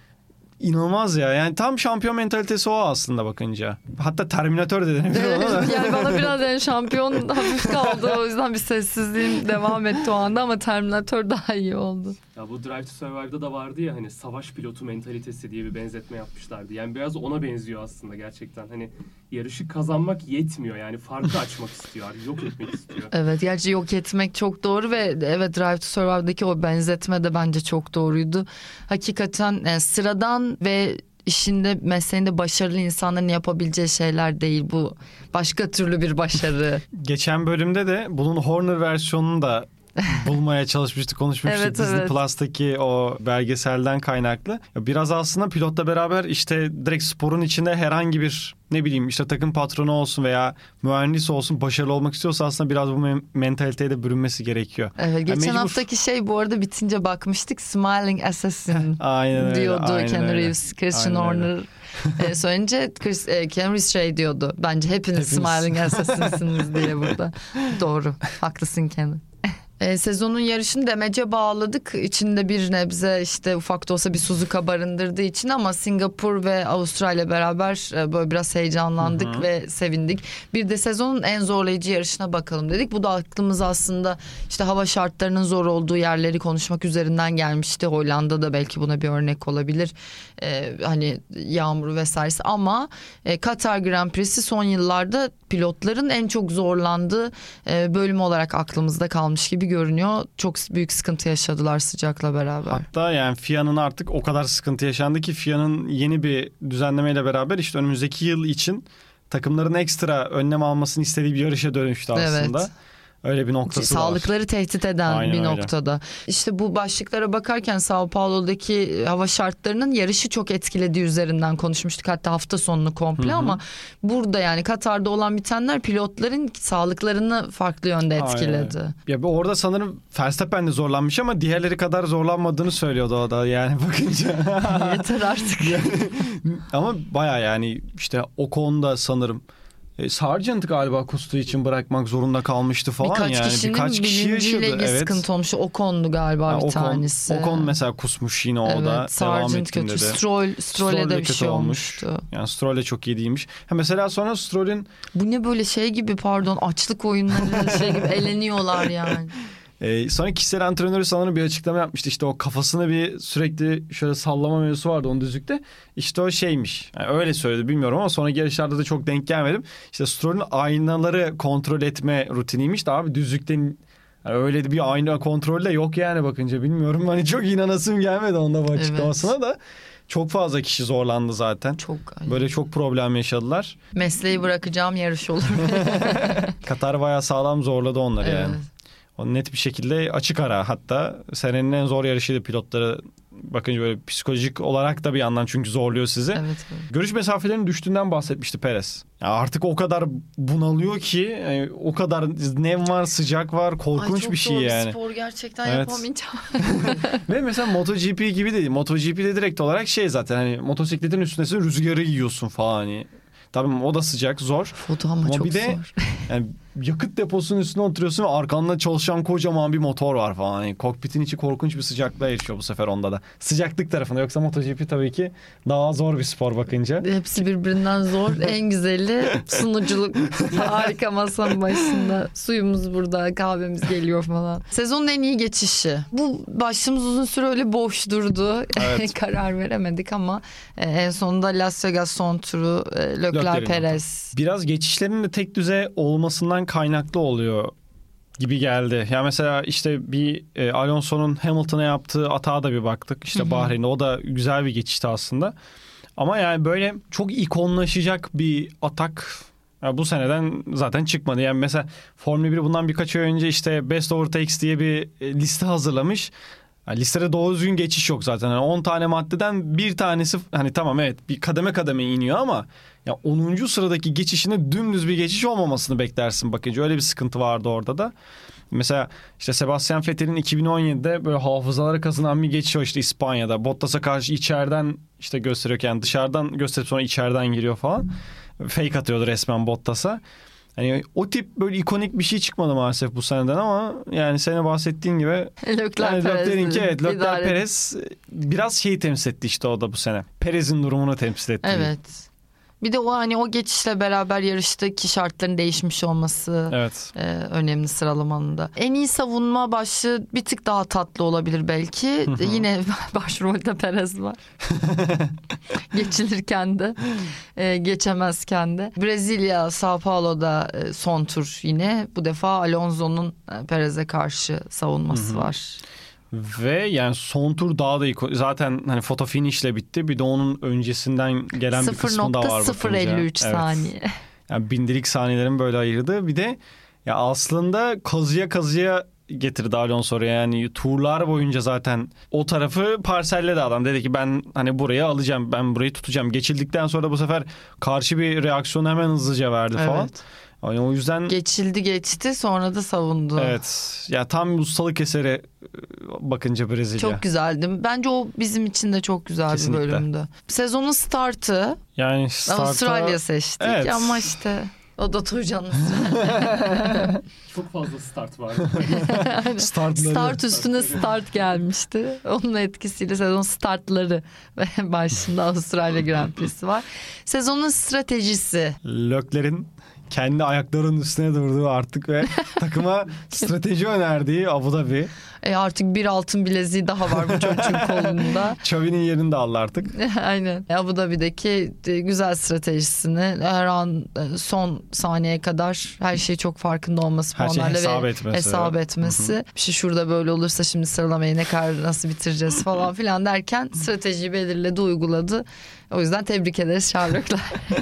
İnanılmaz ya. Yani tam şampiyon mentalitesi o aslında bakınca. Hatta Terminator de denebilir ona da. Yani bana biraz yani şampiyon hafif kaldı. O yüzden bir sessizliğim devam etti o anda ama Terminator daha iyi oldu. Ya bu Drive to Survive'da da vardı ya hani savaş pilotu mentalitesi diye bir benzetme yapmışlardı. Yani biraz ona benziyor aslında gerçekten. Hani yarışı kazanmak yetmiyor yani farkı açmak istiyor, yok etmek istiyor. Evet, gerçi yok etmek çok doğru ve evet Drive to Survive'daki o benzetme de bence çok doğruydu. Hakikaten yani sıradan ve işinde mesleğinde başarılı insanların yapabileceği şeyler değil bu. Başka türlü bir başarı. Geçen bölümde de bunun Horner versiyonunu da bulmaya çalışmıştık, konuşmuştuk. Evet, Disney evet. Plus'taki o belgeselden kaynaklı. Biraz aslında pilotla beraber işte direkt sporun içinde herhangi bir ne bileyim işte takım patronu olsun veya mühendis olsun başarılı olmak istiyorsa aslında biraz bu me- mentaliteye de bürünmesi gerekiyor. Evet, geçen mecbur. haftaki şey bu arada bitince bakmıştık, Smiling Assassin Aynen öyle. diyordu aynen Keanu öyle. Reeves, Christian Aynen öyle. Horner e, söyleyince Chris, e, Keanu Reeves şey diyordu. Bence hepiniz, Hepiniz. Smiling Assassin'siniz diye burada. Doğru. Haklısın Keanu. E, sezonun yarışını demece bağladık. İçinde bir nebze işte ufak da olsa bir Suzuka barındırdığı için ama Singapur ve Avustralya beraber e, böyle biraz heyecanlandık hı hı. ve sevindik. Bir de sezonun en zorlayıcı yarışına bakalım dedik. Bu da aklımız aslında işte hava şartlarının zor olduğu yerleri konuşmak üzerinden gelmişti. Hollanda'da belki buna bir örnek olabilir. E, hani yağmur vesairesi ama e, Katar Grand Prix'si son yıllarda pilotların en çok zorlandığı e, bölüm olarak aklımızda kalmış gibi görünüyor. Çok büyük sıkıntı yaşadılar sıcakla beraber. Hatta yani F I A'nın artık o kadar sıkıntı yaşandı ki F I A'nın yeni bir düzenlemeyle beraber işte önümüzdeki yıl için takımların ekstra önlem almasını istediği bir yarışa dönüştü aslında. Evet. Öyle bir noktası Sağlıkları var. Tehdit eden Aynen bir öyle. noktada. İşte bu başlıklara bakarken Sao Paulo'daki hava şartlarının yarışı çok etkilediği üzerinden konuşmuştuk. Hatta hafta sonunu komple Hı-hı. ama burada yani Katar'da olan bitenler pilotların sağlıklarını farklı yönde etkiledi. Aynen. Ya orada sanırım Verstappen de zorlanmış ama diğerleri kadar zorlanmadığını söylüyordu o da yani bakınca. Yeter artık. yani, ama baya yani işte o konuda sanırım Sargent galiba kustuğu için bırakmak zorunda kalmıştı falan. Birkaç yani. kişinin Birkaç kişi yaşadı. Evet. sıkıntı olmuş. O kondu galiba ha, bir Ocon, tanesi. Ocon mesela kusmuş yine evet, o da. Sargent kötü. Stroll, Stroll'e de bir şey olmuş. olmuştu. Yani Stroll'e çok iyi değilmiş. Ha, mesela sonra Stroll'ün... Bu ne böyle şey gibi pardon açlık oyunları şey gibi eleniyorlar yani. Ee, sonra kişisel antrenörü sanırım bir açıklama yapmıştı. İşte o kafasını bir sürekli şöyle sallama mevzusu vardı onun düzlükte. İşte o şeymiş. Yani öyle söyledi bilmiyorum ama sonraki yarışlarda da çok denk gelmedim. İşte Stroll'ün aynaları kontrol etme rutiniymiş de abi düzlükte yani öyle bir ayna kontrolü de yok yani bakınca bilmiyorum. Hani çok inanasım gelmedi onda bu açıklamasına evet. da. Çok fazla kişi zorlandı zaten. Çok. Böyle çok problem yaşadılar. Mesleği bırakacağım yarış olur. Katar bayağı sağlam zorladı onları evet. yani. O net bir şekilde açık ara hatta senenin en zor yarışıydı pilotlara bakınca böyle psikolojik olarak da bir yandan çünkü zorluyor sizi. Evet, evet. Görüş mesafelerinin düştüğünden bahsetmişti Perez. Ya artık o kadar bunalıyor ki yani o kadar nem var sıcak var korkunç Ay, bir şey yani. Çok zor spor gerçekten evet. yapamayacağım. Ve mesela MotoGP gibi değil. MotoGP'de direkt olarak şey zaten hani motosikletin üstündesin rüzgarı yiyorsun falan hani. Tabii o da sıcak zor. Foto ama, ama çok bir de, zor. Yani yakıt deposunun üstüne oturuyorsun ve arkanda çalışan kocaman bir motor var falan. Yani kokpitin içi korkunç bir sıcaklığa erişiyor bu sefer onda da. Sıcaklık tarafında yoksa MotoGP tabii ki daha zor bir spor bakınca. Hepsi birbirinden zor. En güzeli sunuculuk. Harika masanın başında. Suyumuz burada, kahvemiz geliyor falan. Sezonun en iyi geçişi. Bu başlığımız uzun süre öyle boş durdu. Evet. Karar veremedik ama en sonunda Las Vegas son turu Leclerc Perez. Biraz geçişlerin de tek düze olmasından kaynaklı oluyor gibi geldi. Ya mesela işte bir e, Alonso'nun Hamilton'a yaptığı atağa da bir baktık. İşte Bahreyn'de o da güzel bir geçişti aslında. Ama yani böyle çok ikonlaşacak bir atak yani bu seneden zaten çıkmadı. Yani mesela Formula bir bundan birkaç ay önce işte Best Overtakes diye bir liste hazırlamış. Yani listede doğru düzgün geçiş yok zaten. Yani on tane maddeden bir tanesi hani tamam evet bir kademe kademe iniyor ama ya onuncu sıradaki geçişine dümdüz bir geçiş olmamasını beklersin bakınca. Öyle bir sıkıntı vardı orada da. Mesela işte Sebastian Vettel'in iki bin on yedide böyle hafızalara kazınan bir geçiş o işte İspanya'da. Bottas'a karşı içeriden işte gösteriyor yani dışarıdan gösterip sonra içeriden giriyor falan. Fake atıyordu resmen Bottas'a. Hani o tip böyle ikonik bir şey çıkmadı maalesef bu seneden ama yani senin bahsettiğin gibi Leclerc yani Perez. Evet, Leclerc Perez biraz şeyi temsil etti işte o da bu sene. Perez'in durumunu temsil etti. Evet. Bir de o hani o geçişle beraber yarıştaki şartların değişmiş olması evet. e, önemli sıralamanın da. En iyi savunma başlığı bir tık daha tatlı olabilir belki. Yine başrolde Perez var. Geçilirken de e, geçemezken de. Brezilya Sao Paulo'da e, son tur yine. Bu defa Alonso'nun e, Perez'e karşı savunması var. Ve yani son tur daha da iyi. Zaten hani foto finişle bitti. Bir de onun öncesinden gelen bir kısmı da var bakınca. sıfır nokta sıfır elli üç evet. saniye. Yani bindirik saniyelerin böyle ayırdı. Bir de ya aslında kazıya kazıya getirdi Alonso oraya. Yani turlar boyunca zaten o tarafı parselledi adam. Dedi ki ben hani burayı alacağım. Ben burayı tutacağım. Geçildikten sonra bu sefer karşı bir reaksiyonu hemen hızlıca verdi falan. Evet. Yani o yüzden geçildi geçti sonra da savundu. Evet. Ya tam bir ustalık eseri bakınca Brezilya. Çok güzeldi. Bence o bizim için de çok güzel Kesinlikle. bir bölümdü. Sezonun startı. Yani starta... Avustralya seçtik evet. ama işte O da Turcan'ın Çok fazla start var. Startları. Start üstüne start gelmişti. Onun etkisiyle sezon startları ve başında Avustralya Grand Prix'si var. Sezonun stratejisi. Leclerc'in kendi ayaklarının üstüne durduğu artık ve takıma strateji önerdiği Abu Dhabi. E artık bir altın bileziği daha var bu çocuğun kolunda. Xavi'nin yerini de aldı artık. Aynen. Abu Dhabi'deki güzel stratejisini her an son saniyeye kadar her şeyi çok farkında olması, her şeyi hesap ve etmesi. hesap etmesi. Hı-hı. İşte şurada böyle olursa şimdi sıralamayı ne kadar nasıl bitireceğiz falan filan derken stratejiyi belirledi, uyguladı. O yüzden tebrik ederiz Sherlock'la.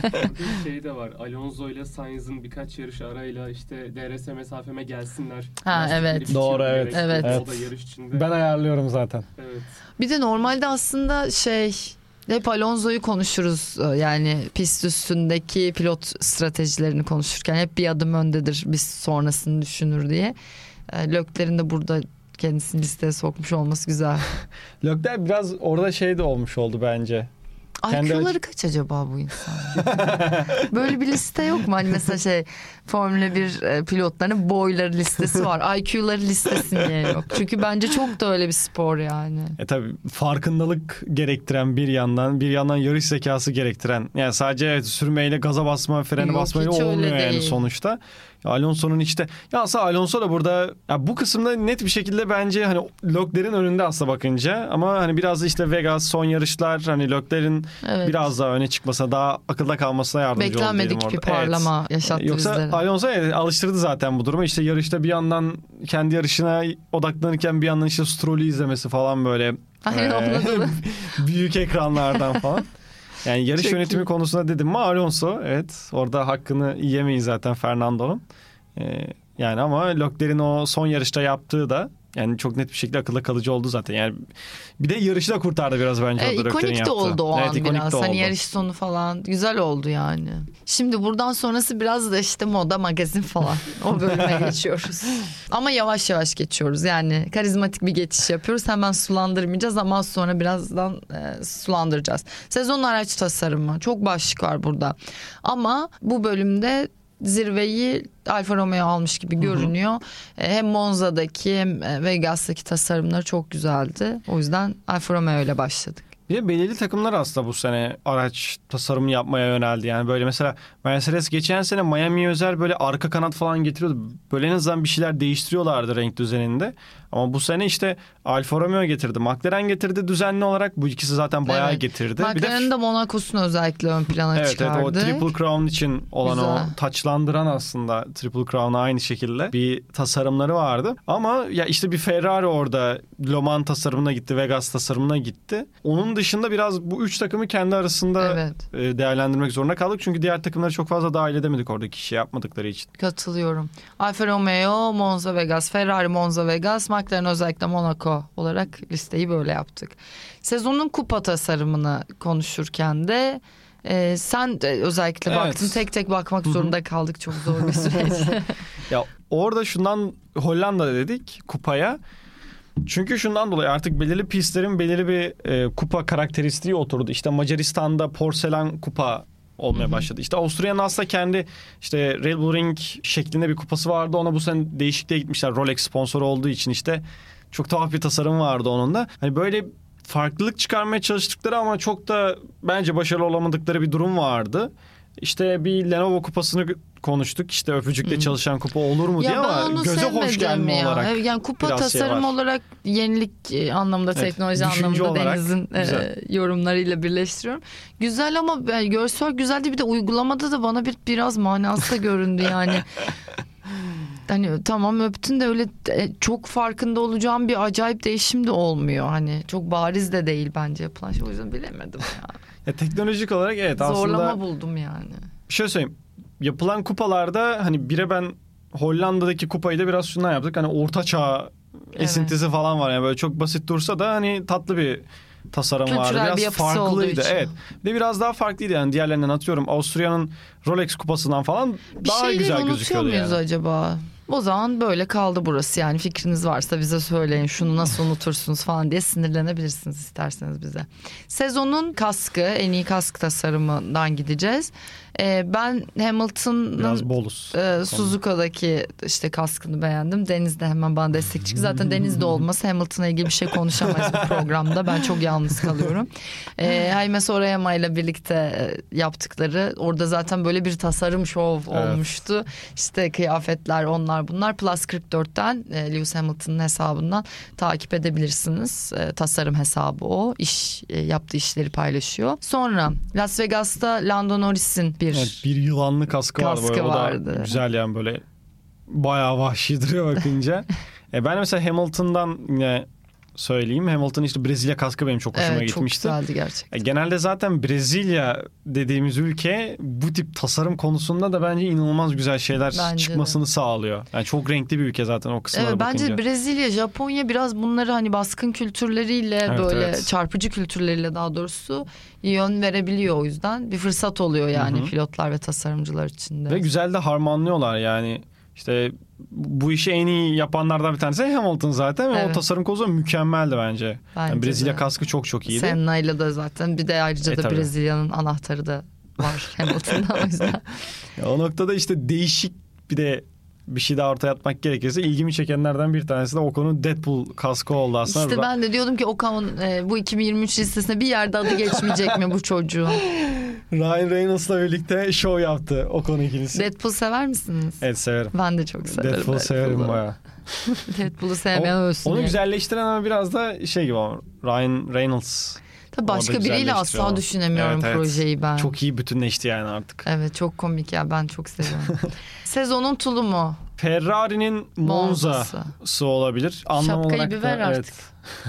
Bir şey de var. Alonso ile Sainz'ın birkaç yarış arayla işte D R S mesafeme gelsinler. Ha evet. Doğru evet. Evet. evet. O da yarış içinde. Ben ayarlıyorum zaten. Evet. Bir de normalde aslında şey hep Alonso'yu konuşuruz. Yani pist üstündeki pilot stratejilerini konuşurken hep bir adım öndedir, biz sonrasını düşünür diye. Leclerc'in de burada kendisini listeye sokmuş olması güzel. Leclerc biraz orada şey de olmuş oldu bence. I Q'ları kaç acaba bu insan? Böyle bir liste yok mu? Hani mesela şey Formula bir pilotlarının boyları listesi var. I Q'ları listesi niye yok? Çünkü bence çok da öyle bir spor yani. E tabii farkındalık gerektiren bir yandan, bir yandan yarış zekası gerektiren. Yani sadece evet, sürmeyle gaza basma, freni yok, basmayla olmuyor yani sonuçta. Alonso'nun işte ya aslında Alonso da burada ya bu kısımda net bir şekilde bence hani Leclerc'in önünde aslında bakınca, ama hani biraz da işte Vegas son yarışlar hani Leclerc'in evet. biraz daha öne çıkmasına, daha akılda kalmasına yardımcı oldu. Beklenmedik bir parlama evet. yaşattı Yoksa bizlere. Alonso evet, alıştırdı zaten bu duruma. İşte yarışta bir yandan kendi yarışına odaklanırken bir yandan işte Stroll'ü izlemesi falan böyle. Aynen, e, büyük ekranlardan falan. Yani yarış çok yönetimi iyi. Konusunda dedim mi Alonso evet orada hakkını yiyemeyiz zaten Fernando'nun. Ee, yani ama Leclerc'in o son yarışta yaptığı da yani çok net bir şekilde akılda kalıcı oldu zaten. Yani bir de yarışı da kurtardı biraz bence. E, ikonik de oldu o evet, an biraz. Hani yarış sonu falan güzel oldu yani. Şimdi buradan sonrası biraz da işte moda, magazin falan. O bölüme geçiyoruz. Ama yavaş yavaş geçiyoruz. Yani karizmatik bir geçiş yapıyoruz. Hemen sulandırmayacağız ama sonra birazdan e, sulandıracağız. Sezon araç tasarımı. Çok başlık var burada. Ama bu bölümde zirveyi Alfa Romeo almış gibi görünüyor. Hı hı. Hem Monza'daki hem Vegas'taki tasarımları çok güzeldi. O yüzden Alfa Romeo ile başladık. Bir de belirli takımlar aslında bu sene araç tasarımı yapmaya yöneldi. Yani böyle mesela Mercedes geçen sene Miami'ye özel böyle arka kanat falan getiriyordu. Böyle en azından bir şeyler değiştiriyorlardı renk düzeninde. Ama bu sene işte Alfa Romeo getirdi, McLaren getirdi düzenli olarak. Bu ikisi zaten bayağı evet. getirdi. McLaren'ın da Monaco'sunu özellikle ön plana evet, çıkardı. Evet, o Triple Crown için olan güzel. O taçlandıran aslında Triple Crown'a aynı şekilde bir tasarımları vardı. Ama ya işte bir Ferrari orada Le Mans tasarımına gitti, Vegas tasarımına gitti. Onun dışında biraz bu üç takımı kendi arasında evet. değerlendirmek zorunda kaldık. Çünkü diğer takımları çok fazla dahil edemedik oradaki kişi yapmadıkları için. Katılıyorum. Alfa Romeo, Monza, Vegas, Ferrari, Monza, Vegas, McLaren özellikle Monaco olarak listeyi böyle yaptık. Sezonun kupa tasarımını konuşurken de e, sen de özellikle evet. baktın, tek tek bakmak zorunda kaldık, çok zor bir süreç. Ya orada şundan Hollanda dedik kupaya. Çünkü şundan dolayı artık belirli pistlerin belirli bir e, kupa karakteristiği oturdu. İşte Macaristan'da porselen kupa olmaya Hı-hı. başladı. İşte Avusturya'nın aslında kendi işte Red Bull Ring şeklinde bir kupası vardı. Ona bu sene değişikliğe gitmişler. Rolex sponsoru olduğu için işte çok tuhaf bir tasarım vardı onun da. Hani böyle farklılık çıkarmaya çalıştıkları ama çok da bence başarılı olamadıkları bir durum vardı. İşte bir Lenovo kupasını konuştuk. İşte öpücükle hmm. çalışan kupa olur mu ya diye ama göze hoş gelme ya. olarak. Yani kupa tasarım şey olarak yenilik anlamında, evet, teknoloji anlamında Deniz'in e, yorumlarıyla birleştiriyorum. Güzel ama yani görsel güzel değil, bir de uygulamada da bana bir biraz manası da göründü yani. Hani tamam öptün de öyle çok farkında olacağım bir acayip değişim de olmuyor. Hani çok bariz de değil bence yapılan şey. O yüzden bilemedim ya. Ya teknolojik olarak evet Zorlama aslında. Zorlama buldum yani. Bir şey söyleyeyim. Yapılan kupalarda hani bire ben Hollanda'daki kupayı da biraz şundan yaptık. Hani orta çağ esintisi evet. falan var. Yani böyle çok basit dursa da hani tatlı bir tasarım kültürel vardı. Biraz farklıydı. Evet. Bir de biraz daha farklıydı yani diğerlerinden atıyorum. Avusturya'nın Rolex kupasından falan bir daha güzel gözüküyordu yani. Bir şeyleri unutuyor muyuz acaba? O zaman böyle kaldı burası, yani fikriniz varsa bize söyleyin, şunu nasıl unutursunuz falan diye sinirlenebilirsiniz isterseniz bize. Sezonun kaskı, en iyi kask tasarımından gideceğiz. Ee, ben Hamilton'ın Biraz boluz. e, Suzuka'daki işte kaskını beğendim. Deniz de hemen bana destek çıktı. Zaten Deniz de olmasa Hamilton'la ilgili bir şey konuşamayız bu programda. Ben çok yalnız kalıyorum. Ee, Jaime Sorayama ile birlikte yaptıkları, orada zaten böyle bir tasarım şov Evet. olmuştu. İşte kıyafetler, onlar bunlar. Plus kırk dörtten e, Lewis Hamilton'ın hesabından takip edebilirsiniz. E, tasarım hesabı o. İş e, yaptığı işleri paylaşıyor. Sonra Las Vegas'ta Lando Norris'in bir, Evet, bir yılanlı kaskı, kaskı vardı. Böyle. O vardı. da güzel yani, böyle bayağı vahşi duruyor bakınca. e ben mesela Hamilton'dan yine söyleyeyim. Hamilton'ın işte Brezilya kaskı benim çok hoşuma evet, gitmişti. Çok güzeldi gerçekten. E genelde zaten Brezilya dediğimiz ülke bu tip tasarım konusunda da bence inanılmaz güzel şeyler Bence çıkmasını de. sağlıyor. Yani çok renkli bir ülke zaten o kısımlara Evet, bakınca. bence Brezilya, Japonya biraz bunları hani baskın kültürleriyle, Evet, böyle evet. çarpıcı kültürleriyle daha doğrusu yön verebiliyor, o yüzden bir fırsat oluyor yani Hı hı. pilotlar ve tasarımcılar için de. Ve güzel de harmanlıyorlar yani. İşte bu işi en iyi yapanlardan bir tanesi Hamilton zaten ve Evet. o tasarım konusunda mükemmeldi bence. Bence Yani Brezilya de. kaskı çok çok iyiydi. Senna'yla da zaten, bir de ayrıca E, da tabii. Brezilya'nın anahtarı da var Hamilton'da, o yüzden. Ya o noktada işte değişik bir de bir şey daha ortaya atmak gerekirse ilgimi çekenlerden bir tanesi de Ocon'un Deadpool kaskı oldu aslında. İşte ben de diyordum ki Ocon e, bu iki bin yirmi üç listesinde bir yerde adı geçmeyecek mi bu çocuğun? Ryan Reynolds'la birlikte show yaptı Ocon ikilisi. Deadpool sever misiniz? Evet, severim. Ben de çok severim. Deadpool severim bayağı. Deadpool'u sevmeyen O- ölsün. Onu yani. güzelleştiren ama biraz da şey gibi ama Ryan Reynolds. Tabii başka Orada biriyle güzelleştiriyor asla ama. düşünemiyorum Evet, evet. projeyi ben. Çok iyi bütünleşti yani artık. Evet, çok komik ya, ben çok seviyorum. Sezonun tulumu. Ferrari'nin Monza'sı. Monza'sı olabilir. Anlam Şapkayı olarak bir da, ver evet. artık.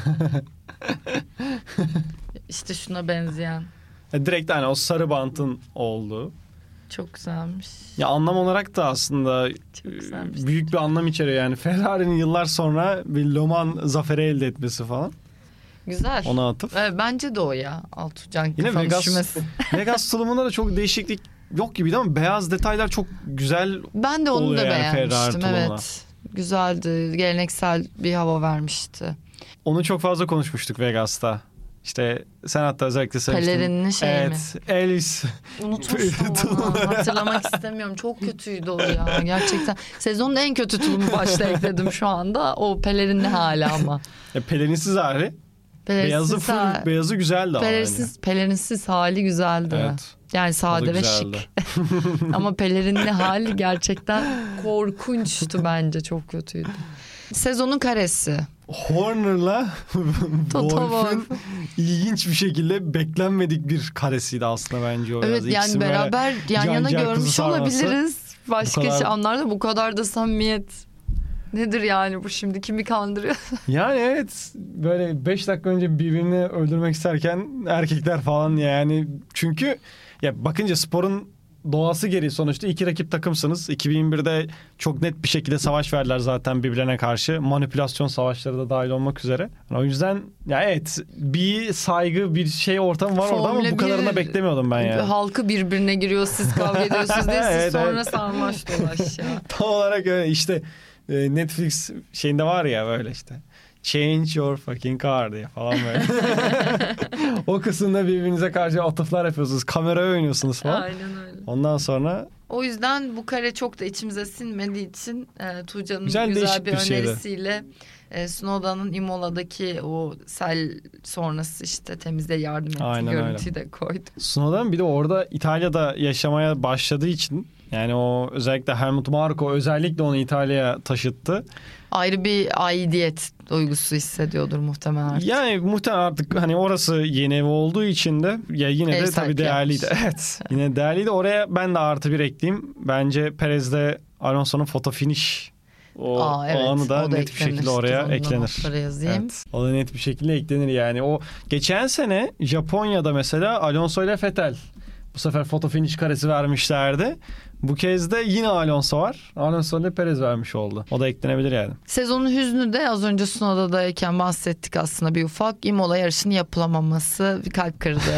İşte şuna benzeyen. E, Direkt hani o sarı bantın olduğu. Çok güzelmiş. Ya anlam olarak da aslında Çok güzelmiş. e, büyük bir anlam içeriyor yani. Ferrari'nin yıllar sonra bir Le Mans zaferi elde etmesi falan. Güzel. Ona atıf. Evet, bence de o ya. Altuğcan Yine kafanı Vegas, üşümesin. Vegas tulumunda da çok değişiklik yok gibiydi ama beyaz detaylar çok güzel. Ben de onu oluyor da yani Ferrari beğenmiştim. tulumuna. Evet. Güzeldi. Geleneksel bir hava vermişti. Onu çok fazla konuşmuştuk Vegas'ta. İşte sen hatta özellikle söylemiştin. Pelerinli şey evet, mi? Elvis. Unutmuştum onu. Hatırlamak istemiyorum. Çok kötüydü o ya. Gerçekten. Sezonun en kötü tulumu başta ekledim şu anda. O pelerinli hali ama. E, pelerinsiz hali. Beyazı full, ha- beyazı güzeldi ama. Pelerinsiz, pelerinsiz hali güzeldi. Evet. Yani O da sade ve güzeldi. şık. Ama pelerinli hali gerçekten korkunçtu bence. Çok kötüydü. Sezonun karesi. Horner'la Toto Wolff'ün Wolff. ilginç bir şekilde beklenmedik bir karesiydi aslında bence o. Evet, biraz. yani İkisini böyle beraber yan yana can-can görmüş kuzu sarması. olabiliriz. Başka kadar- şey anlarda bu kadar da samimiyet. Nedir yani bu şimdi? Kimi kandırıyor? Yani evet, böyle beş dakika önce birbirini öldürmek isterken erkekler falan yani, çünkü ya bakınca sporun doğası gereği sonuçta iki rakip takımsınız. iki bin yirmi birde çok net bir şekilde savaş verdiler zaten birbirlerine karşı. Manipülasyon savaşları da dahil olmak üzere. O yüzden ya evet, bir saygı, bir şey ortamı var orada ama Formula bu kadarını bir- beklemiyordum ben yani. Halkı birbirine giriyor, siz kavga ediyorsunuz diye siz Evet, sonra evet. sarmaş dolaş ya. Tam olarak öyle işte, e, Netflix şeyinde var ya böyle işte. Change your fucking car diye falan böyle. O kısımda birbirinize karşı atıflar yapıyorsunuz. Kameraya oynuyorsunuz falan. Aynen öyle. Ondan sonra O yüzden bu kare çok da içimize sinmediği için e, Tuğcan'ın Güzel, güzel, değişik bir, bir şeydi. önerisiyle e, Snowda'nın Imola'daki o sel sonrası işte temizliğe yardım ettiği Aynen öyle. görüntüyü de koyduk. Snowden bir de orada İtalya'da yaşamaya başladığı için, yani o özellikle Helmut Marko özellikle onu İtalya'ya taşıttı. Ayrı bir aidiyet duygusu hissediyordur muhtemelen artık. Yani muhtemelen artık hani orası yeni evi olduğu için de ya yine Ev de tabii sahipliği değerliydi. yapmış. Evet. Yine değerliydi. Oraya ben de artı bir ekleyeyim. Bence Perez'de Alonso'nun foto finish o, Aa, evet, o anı da o da net bir şekilde eklenir. oraya Dur, onu da eklenir. notlara yazayım. Evet. O da net bir şekilde eklenir yani. O geçen sene Japonya'da mesela Alonso ile Vettel bu sefer foto finish karesi vermişlerdi. Bu kez de yine Alonso var. Alonso ile Perez vermiş oldu. O da eklenebilir yani. Sezonun hüznü de az önce Snowda'dayken bahsettik aslında bir ufak. Imola yarışının yapılamaması bir kalp kırdı.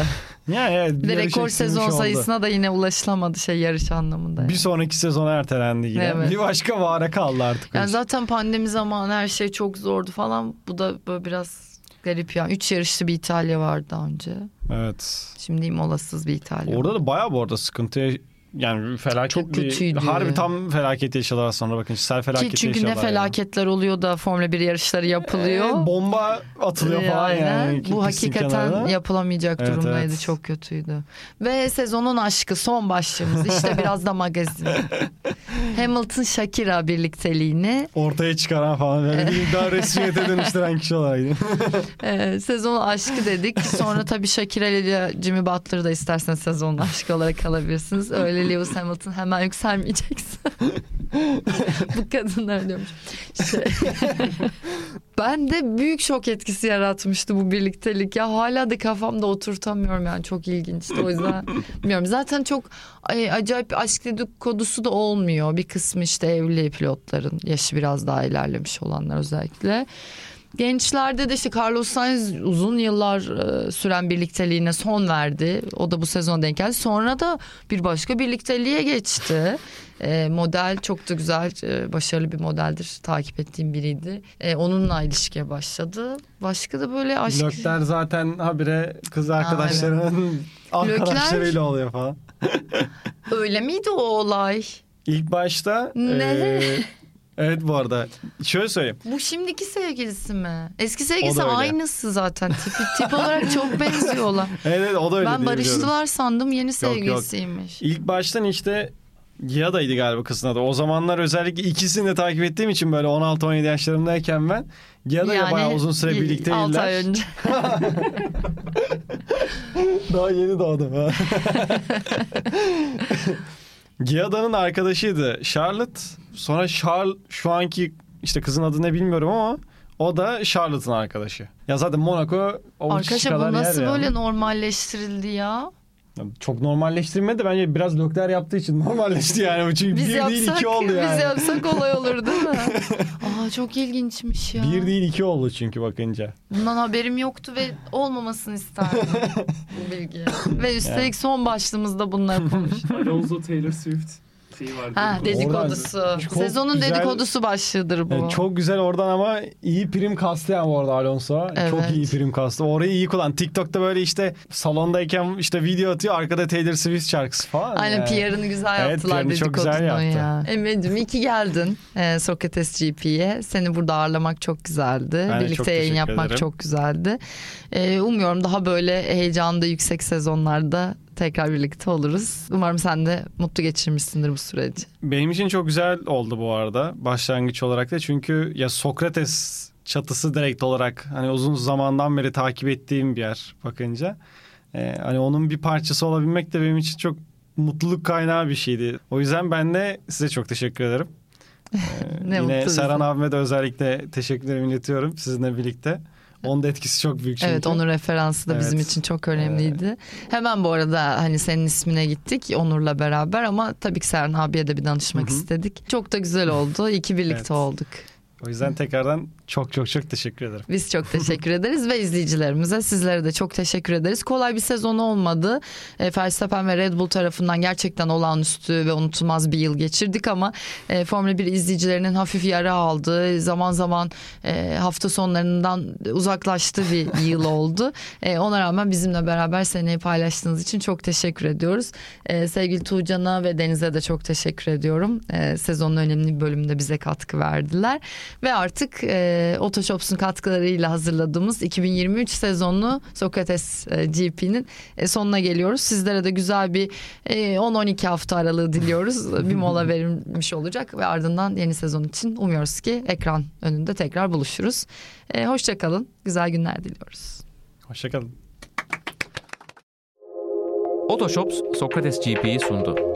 Ya evet. Bir de rekor sezon oldu. sayısına da yine ulaşılamadı şey yarış anlamında. Yani. Bir sonraki sezona ertelendi yine. Evet. Bir başka vara kaldı artık. Yani zaten pandemi zamanı her şey çok zordu falan. Bu da böyle biraz garip ya. Üç yarışlı bir İtalya vardı daha önce. Evet. Şimdi molasız bir İtalya. Orada da bayağı bu arada sıkıntı. Yani felaket çok bir, kötüydü. Harbi tam felaket yaşadılar sonra bakın. Sel felaketi Ki çünkü yaşadılar. ne felaketler yani. Oluyor da Formula bir yarışları yapılıyor. Ee, bomba atılıyor ee, falan aynen. yani. Bu hakikaten kenarına. yapılamayacak evet, durumdaydı. Evet. Çok kötüydü. Ve sezonun aşkı son başlığımız. İşte biraz da magazin. Hamilton Shakira birlikteliğini. Ortaya çıkaran falan. Böyle bir daha resmiyete dönüştüren kişi olarak. ee, sezonun aşkı dedik. Sonra tabii Shakira ile Jimmy Butler'ı da isterseniz sezonun aşkı olarak alabilirsiniz. Öyle Lewis Hamilton hemen yükselmeyeceksin. Bu kadınlar diyormuş. Şey. Ben de büyük şok etkisi yaratmıştı bu birliktelik. Ya hala da kafamda oturtamıyorum yani çok ilginçti. O yüzden bilmiyorum. Zaten çok ay, acayip bir aşk dedikodusu da olmuyor. Bir kısmı işte evli pilotların yaşı biraz daha ilerlemiş olanlar özellikle. Gençlerde de işte Carlos Sainz uzun yıllar e, süren birlikteliğine son verdi. O da bu sezon denk geldi. Sonra da bir başka birlikteliğe geçti. E, model çok da güzel, e, başarılı bir modeldir. Takip ettiğim biriydi. E, onunla ilişkiye başladı. Başka da böyle aşk... Lökler zaten habire kız arkadaşlarının arkadaşlarıyla oluyor falan. Öyle miydi o olay? İlk başta... Ne? E, evet bu arada. Şöyle söyleyeyim. Bu şimdiki sevgilisi mi? Eski sevgilisi O aynısı zaten. Tip, tip olarak çok benziyorlar. Evet, evet o da öyle. Ben barıştılar sandım, yeni sevgilisiymiş. Yok, yok. İlk baştan işte Giada'ydı galiba kızın adı. O zamanlar özellikle ikisini de takip ettiğim için böyle on altı on yedi yaşlarımdayken ben Giada'yla yani, bayağı uzun süre birlikteydiler. altı ay önce. Daha yeni doğdu. Giada'nın arkadaşıydı Charlotte. Sonra Charles şu anki işte kızın adı ne bilmiyorum ama o da Charlotte'ın arkadaşı. Ya zaten Monaco o arkadaşlar bu nasıl böyle yani. Normalleştirildi ya? Çok normalleştirmedi bence biraz Lökler yaptığı için normalleşti yani. Çünkü biz bir yapsak, değil iki oldu yani. Biz yapsak olay olur değil mi? Aa çok ilginçmiş ya. Bir değil iki oldu çünkü bakınca. Bundan haberim yoktu ve olmamasını isterdim bu bilgi. Ve üstelik yani. Son başlığımızda bunları konuştuk. Alonso Taylor Swift. Şeyi vardı. Ha, dedikodusu. Sezonun güzel, dedikodusu başlığıdır bu. Yani çok güzel oradan ama iyi prim kastı yani bu arada Alonso. Evet. Çok iyi prim kastı. Orayı iyi kullan. TikTok'ta böyle işte salondayken işte video atıyor. Arkada Taylor Swift şarkısı falan. Aynen yani. P R'ını güzel evet, yaptılar dedikodunu ya. Emre'cim iyi ki geldin ee, Sokrates G P'ye. Seni burada ağırlamak çok güzeldi. Ben birlikte yayın yapmak ederim. Çok güzeldi. Ee, umuyorum daha böyle heyecanlı yüksek sezonlarda tekrar birlikte oluruz. Umarım sen de mutlu geçirmişsindir bu süreci. Benim için çok güzel oldu bu arada başlangıç olarak da çünkü ya Sokrates çatısı direkt olarak hani uzun zamandan beri takip ettiğim bir yer bakınca ee, hani onun bir parçası olabilmek de benim için çok mutluluk kaynağı bir şeydi. O yüzden ben de size çok teşekkür ederim. Ee, ne yine Serhan abime de özellikle teşekkürlerimi iletiyorum sizinle birlikte. Onun da etkisi çok büyük çünkü. Evet onun referansı da evet. Bizim için çok önemliydi. Evet. Hemen bu arada hani senin ismine gittik Onur'la beraber ama tabii ki Serhan abiye de bir danışmak Hı-hı. istedik. Çok da güzel oldu. İyi ki birlikte evet. olduk. O yüzden tekrardan çok çok çok teşekkür ederim. Biz çok teşekkür ederiz ve izleyicilerimize sizlere de çok teşekkür ederiz. Kolay bir sezon olmadı. E, Verstappen ve Red Bull tarafından gerçekten olağanüstü ve unutulmaz bir yıl geçirdik ama e, Formula bir izleyicilerinin hafif yara aldığı, zaman zaman e, hafta sonlarından uzaklaştığı bir yıl oldu. E, ona rağmen bizimle beraber seneyi paylaştığınız için çok teşekkür ediyoruz. E, sevgili Tuğcan'a ve Deniz'e de çok teşekkür ediyorum. E, sezonun önemli bir bölümünde bize katkı verdiler. Ve artık e, Otoshops'un katkılarıyla hazırladığımız iki bin yirmi üç sezonlu Sokrates e, G P'nin e, sonuna geliyoruz. Sizlere de güzel bir e, on on iki hafta aralığı diliyoruz. Bir mola verilmiş olacak ve ardından yeni sezon için umuyoruz ki ekran önünde tekrar buluşuruz. E, hoşça kalın. Güzel günler diliyoruz. Hoşça kalın. Otoshops Sokrates G P'yi sundu.